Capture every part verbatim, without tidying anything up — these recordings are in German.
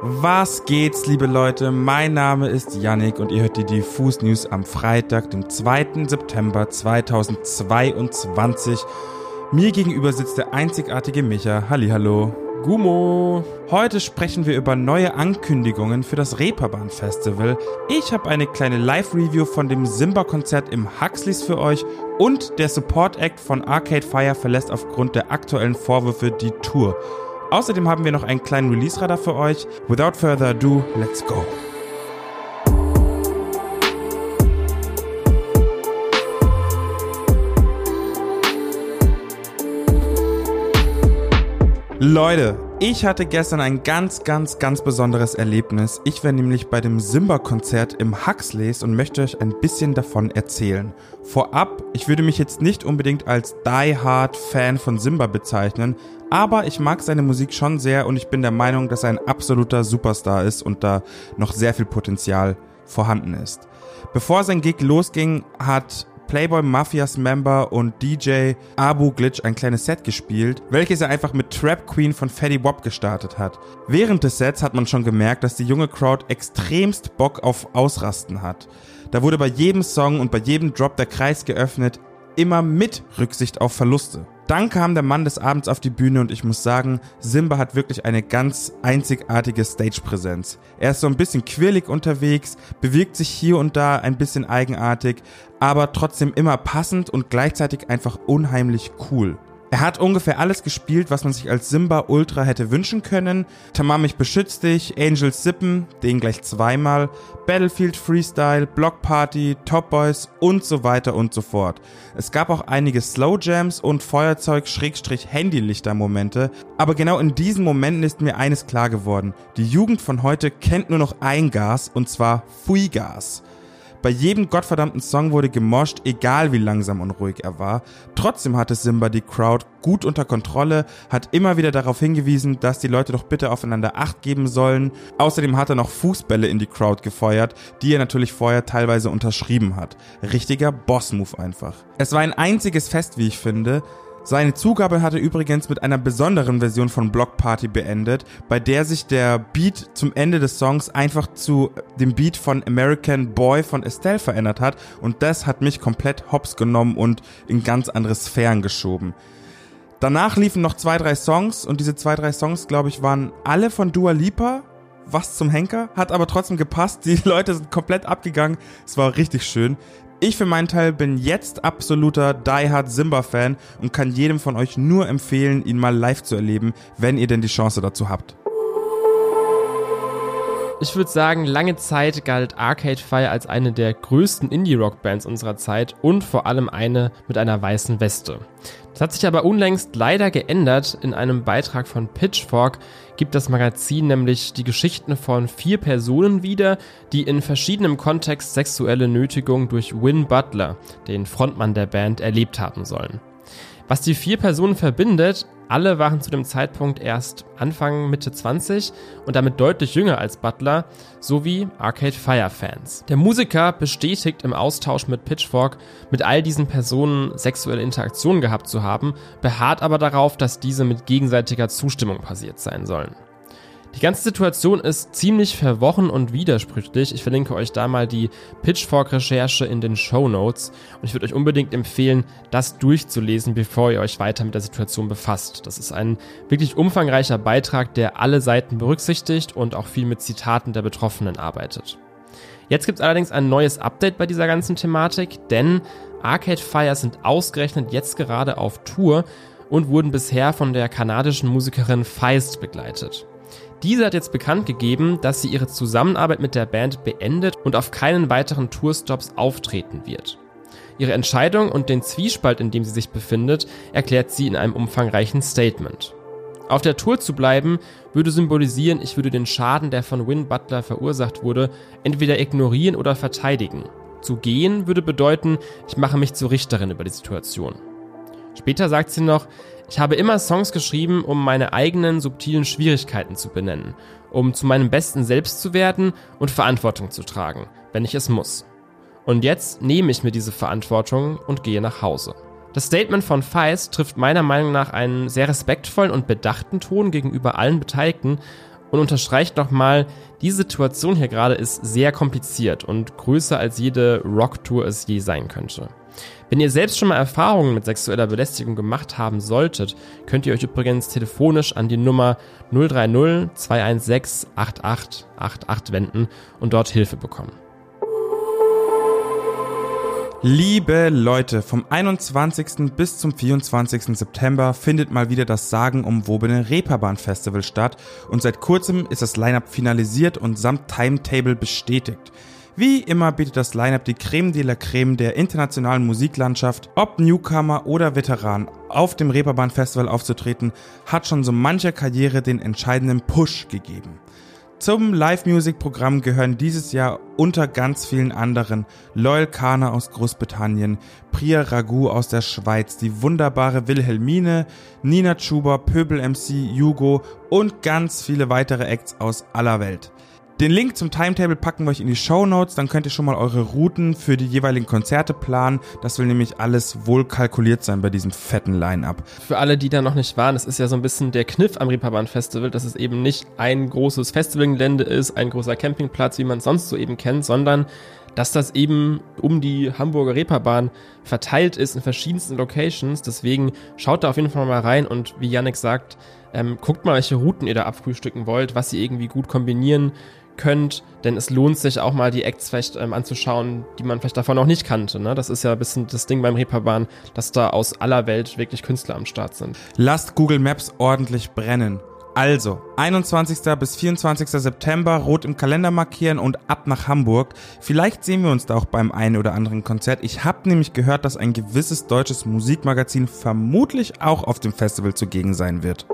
Was geht's, liebe Leute? Mein Name ist Yannick und ihr hört die Diffus News am Freitag, dem zweiten September zweitausendzweiundzwanzig. Mir gegenüber sitzt der einzigartige Micha. Hallihallo. Gummo. Heute sprechen wir über neue Ankündigungen für das Reeperbahn Festival. Ich habe eine kleine Live-Review von dem Simba-Konzert im Huxleys für euch und der Support-Act von Arcade Fire verlässt aufgrund der aktuellen Vorwürfe die Tour. Außerdem haben wir noch einen kleinen Release-Radar für euch. Without further ado, let's go! Leute, ich hatte gestern ein ganz, ganz, ganz besonderes Erlebnis. Ich war nämlich bei dem Simba-Konzert im Huxleys und möchte euch ein bisschen davon erzählen. Vorab, ich würde mich jetzt nicht unbedingt als Die-Hard-Fan von Simba bezeichnen, aber ich mag seine Musik schon sehr und ich bin der Meinung, dass er ein absoluter Superstar ist und da noch sehr viel Potenzial vorhanden ist. Bevor sein Gig losging, hat Playboy Mafias Member und D J Abu Glitch ein kleines Set gespielt, welches er einfach mit Trap Queen von Fetty Wap gestartet hat. Während des Sets hat man schon gemerkt, dass die junge Crowd extremst Bock auf Ausrasten hat. Da wurde bei jedem Song und bei jedem Drop der Kreis geöffnet, immer mit Rücksicht auf Verluste. Dann kam der Mann des Abends auf die Bühne und ich muss sagen, Simba hat wirklich eine ganz einzigartige Stage-Präsenz. Er ist so ein bisschen quirlig unterwegs, bewegt sich hier und da ein bisschen eigenartig, aber trotzdem immer passend und gleichzeitig einfach unheimlich cool. Er hat ungefähr alles gespielt, was man sich als Simba Ultra hätte wünschen können. Tamam, ich beschütze dich, Angels Sippen, den gleich zweimal, Battlefield Freestyle, Block Party, Top Boys und so weiter und so fort. Es gab auch einige Slow Jams und Feuerzeug-Handylichter-Momente, aber genau in diesen Momenten ist mir eines klar geworden. Die Jugend von heute kennt nur noch ein Gas, und zwar Fuigas. Bei jedem gottverdammten Song wurde gemoscht, egal wie langsam und ruhig er war. Trotzdem hatte Simba die Crowd gut unter Kontrolle, hat immer wieder darauf hingewiesen, dass die Leute doch bitte aufeinander Acht geben sollen. Außerdem hat er noch Fußbälle in die Crowd gefeuert, die er natürlich vorher teilweise unterschrieben hat. Richtiger Boss-Move einfach. Es war ein einziges Fest, wie ich finde. Seine Zugabe hatte übrigens mit einer besonderen Version von Block Party beendet, bei der sich der Beat zum Ende des Songs einfach zu dem Beat von American Boy von Estelle verändert hat und das hat mich komplett hops genommen und in ganz andere Sphären geschoben. Danach liefen noch zwei, drei Songs und diese zwei, drei Songs, glaube ich, waren alle von Dua Lipa. Was zum Henker, hat aber trotzdem gepasst, die Leute sind komplett abgegangen, es war richtig schön. Ich für meinen Teil bin jetzt absoluter Die-Hard Simba-Fan und kann jedem von euch nur empfehlen, ihn mal live zu erleben, wenn ihr denn die Chance dazu habt. Ich würde sagen, lange Zeit galt Arcade Fire als eine der größten Indie-Rock-Bands unserer Zeit und vor allem eine mit einer weißen Weste. Das hat sich aber unlängst leider geändert. In einem Beitrag von Pitchfork gibt das Magazin nämlich die Geschichten von vier Personen wieder, die in verschiedenem Kontext sexuelle Nötigung durch Win Butler, den Frontmann der Band, erlebt haben sollen. Was die vier Personen verbindet: alle waren zu dem Zeitpunkt erst Anfang, Mitte zwanzig und damit deutlich jünger als Butler, sowie Arcade Fire Fans. Der Musiker bestätigt im Austausch mit Pitchfork, mit all diesen Personen sexuelle Interaktionen gehabt zu haben, beharrt aber darauf, dass diese mit gegenseitiger Zustimmung passiert sein sollen. Die ganze Situation ist ziemlich verworren und widersprüchlich. Ich verlinke euch da mal die Pitchfork-Recherche in den Shownotes und ich würde euch unbedingt empfehlen, das durchzulesen, bevor ihr euch weiter mit der Situation befasst. Das ist ein wirklich umfangreicher Beitrag, der alle Seiten berücksichtigt und auch viel mit Zitaten der Betroffenen arbeitet. Jetzt gibt es allerdings ein neues Update bei dieser ganzen Thematik, denn Arcade Fire sind ausgerechnet jetzt gerade auf Tour und wurden bisher von der kanadischen Musikerin Feist begleitet. Diese hat jetzt bekannt gegeben, dass sie ihre Zusammenarbeit mit der Band beendet und auf keinen weiteren Tourstops auftreten wird. Ihre Entscheidung und den Zwiespalt, in dem sie sich befindet, erklärt sie in einem umfangreichen Statement. Auf der Tour zu bleiben, würde symbolisieren, ich würde den Schaden, der von Win Butler verursacht wurde, entweder ignorieren oder verteidigen. Zu gehen würde bedeuten, ich mache mich zur Richterin über die Situation. Später sagt sie noch: Ich habe immer Songs geschrieben, um meine eigenen subtilen Schwierigkeiten zu benennen, um zu meinem besten Selbst zu werden und Verantwortung zu tragen, wenn ich es muss. Und jetzt nehme ich mir diese Verantwortung und gehe nach Hause. Das Statement von Feist trifft meiner Meinung nach einen sehr respektvollen und bedachten Ton gegenüber allen Beteiligten und unterstreicht nochmal, die Situation hier gerade ist sehr kompliziert und größer als jede Rocktour es je sein könnte. Wenn ihr selbst schon mal Erfahrungen mit sexueller Belästigung gemacht haben solltet, könnt ihr euch übrigens telefonisch an die Nummer null drei null zwei eins sechs acht acht acht acht wenden und dort Hilfe bekommen. Liebe Leute, vom einundzwanzigsten bis zum vierundzwanzigsten September findet mal wieder das sagenumwobene Reeperbahn Festival statt und seit kurzem ist das Line-Up finalisiert und samt Timetable bestätigt. Wie immer bietet das Line-Up die Creme de la Creme der internationalen Musiklandschaft. Ob Newcomer oder Veteran, auf dem Reeperbahn Festival aufzutreten, hat schon so mancher Karriere den entscheidenden Push gegeben. Zum Live-Music-Programm gehören dieses Jahr unter ganz vielen anderen Loyal Kana aus Großbritannien, Priya Raghu aus der Schweiz, die wunderbare Wilhelmine, Nina Chuba, Pöbel M C, Hugo und ganz viele weitere Acts aus aller Welt. Den Link zum Timetable packen wir euch in die Shownotes, dann könnt ihr schon mal eure Routen für die jeweiligen Konzerte planen. Das will nämlich alles wohl kalkuliert sein bei diesem fetten Line-Up. Für alle, die da noch nicht waren, es ist ja so ein bisschen der Kniff am Reeperbahn Festival, dass es eben nicht ein großes Festivalgelände ist, ein großer Campingplatz, wie man es sonst so eben kennt, sondern dass das eben um die Hamburger Reeperbahn verteilt ist in verschiedensten Locations. Deswegen schaut da auf jeden Fall mal rein und wie Yannick sagt, ähm, guckt mal, welche Routen ihr da abfrühstücken wollt, was ihr irgendwie gut kombinieren könnt, denn es lohnt sich auch mal die Acts vielleicht ähm, anzuschauen, die man vielleicht davon noch nicht kannte. Ne? Das ist ja ein bisschen das Ding beim Reeperbahn, dass da aus aller Welt wirklich Künstler am Start sind. Lasst Google Maps ordentlich brennen. Also, einundzwanzigsten bis vierundzwanzigsten September rot im Kalender markieren und ab nach Hamburg. Vielleicht sehen wir uns da auch beim einen oder anderen Konzert. Ich habe nämlich gehört, dass ein gewisses deutsches Musikmagazin vermutlich auch auf dem Festival zugegen sein wird.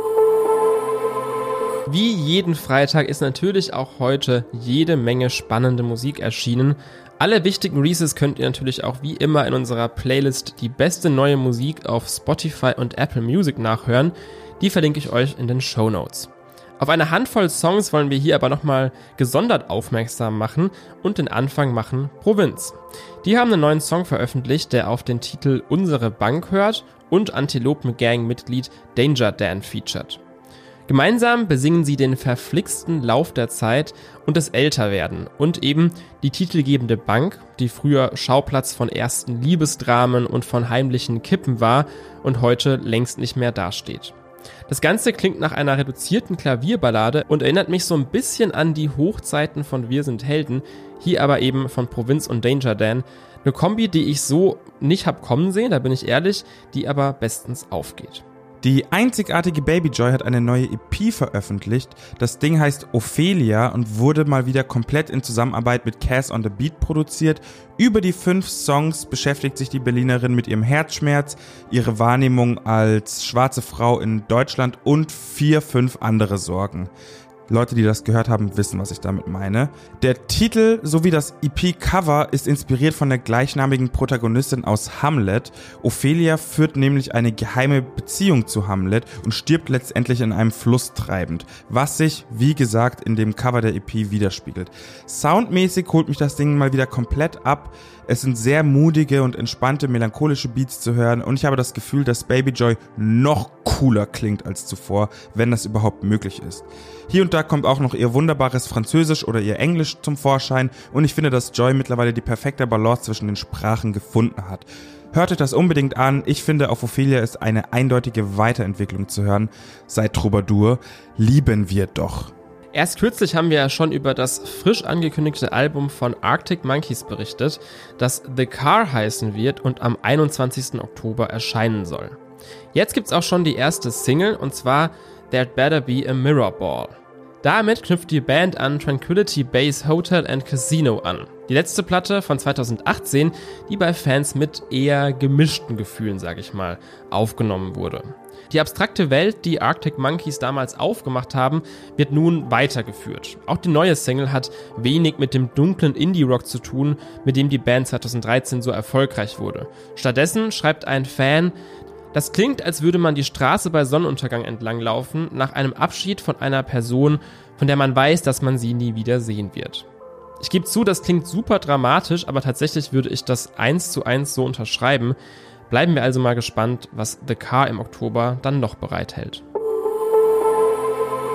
Wie jeden Freitag ist natürlich auch heute jede Menge spannende Musik erschienen. Alle wichtigen Releases könnt ihr natürlich auch wie immer in unserer Playlist Die beste neue Musik auf Spotify und Apple Music nachhören. Die verlinke ich euch in den Shownotes. Auf eine Handvoll Songs wollen wir hier aber nochmal gesondert aufmerksam machen und den Anfang machen Provinz. Die haben einen neuen Song veröffentlicht, der auf den Titel Unsere Bank hört und Antilopen-Gang-Mitglied Danger Dan featured. Gemeinsam besingen sie den verflixten Lauf der Zeit und das Älterwerden und eben die titelgebende Bank, die früher Schauplatz von ersten Liebesdramen und von heimlichen Kippen war und heute längst nicht mehr dasteht. Das Ganze klingt nach einer reduzierten Klavierballade und erinnert mich so ein bisschen an die Hochzeiten von Wir sind Helden, hier aber eben von Provinz und Danger Dan. Eine Kombi, die ich so nicht hab kommen sehen, da bin ich ehrlich, die aber bestens aufgeht. Die einzigartige Baby Joy hat eine neue E P veröffentlicht. Das Ding heißt Ophelia und wurde mal wieder komplett in Zusammenarbeit mit Cass on the Beat produziert. Über die fünf Songs beschäftigt sich die Berlinerin mit ihrem Herzschmerz, ihre Wahrnehmung als schwarze Frau in Deutschland und vier, fünf andere Sorgen. Leute, die das gehört haben, wissen, was ich damit meine. Der Titel sowie das E P-Cover ist inspiriert von der gleichnamigen Protagonistin aus Hamlet. Ophelia führt nämlich eine geheime Beziehung zu Hamlet und stirbt letztendlich in einem Fluss treibend, was sich, wie gesagt, in dem Cover der E P widerspiegelt. Soundmäßig holt mich das Ding mal wieder komplett ab. Es sind sehr mutige und entspannte, melancholische Beats zu hören und ich habe das Gefühl, dass Baby Joy noch cooler klingt als zuvor, wenn das überhaupt möglich ist. Hier und da kommt auch noch ihr wunderbares Französisch oder ihr Englisch zum Vorschein und ich finde, dass Joy mittlerweile die perfekte Balance zwischen den Sprachen gefunden hat. Hört euch das unbedingt an. Ich finde, auf Ophelia ist eine eindeutige Weiterentwicklung zu hören. Seit Troubadour lieben wir doch. Erst kürzlich haben wir ja schon über das frisch angekündigte Album von Arctic Monkeys berichtet, das The Car heißen wird und am einundzwanzigsten Oktober erscheinen soll. Jetzt gibt's auch schon die erste Single und zwar There'd Better Be a Mirror Ball. Damit knüpft die Band an Tranquility Base Hotel and Casino an. Die letzte Platte von zweitausendachtzehn, die bei Fans mit eher gemischten Gefühlen, sag ich mal, aufgenommen wurde. Die abstrakte Welt, die Arctic Monkeys damals aufgemacht haben, wird nun weitergeführt. Auch die neue Single hat wenig mit dem dunklen Indie-Rock zu tun, mit dem die Band zweitausenddreizehn so erfolgreich wurde. Stattdessen schreibt ein Fan: Das klingt, als würde man die Straße bei Sonnenuntergang entlanglaufen, nach einem Abschied von einer Person, von der man weiß, dass man sie nie wieder sehen wird. Ich gebe zu, das klingt super dramatisch, aber tatsächlich würde ich das eins zu eins so unterschreiben. Bleiben wir also mal gespannt, was The Car im Oktober dann noch bereithält.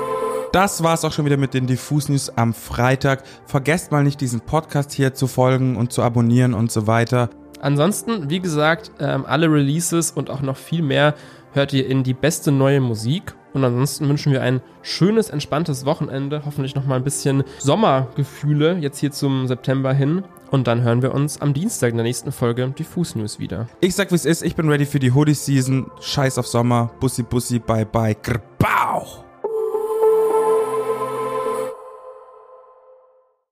Das war's auch schon wieder mit den Diffus News am Freitag. Vergesst mal nicht, diesen Podcast hier zu folgen und zu abonnieren und so weiter. Ansonsten, wie gesagt, ähm, alle Releases und auch noch viel mehr hört ihr in die beste neue Musik. Und ansonsten wünschen wir ein schönes, entspanntes Wochenende. Hoffentlich nochmal ein bisschen Sommergefühle jetzt hier zum September hin. Und dann hören wir uns am Dienstag in der nächsten Folge Diffus News wieder. Ich sag, wie es ist. Ich bin ready für die Hoodie-Season. Scheiß auf Sommer. Bussi, bussi, bye, bye. Grbau.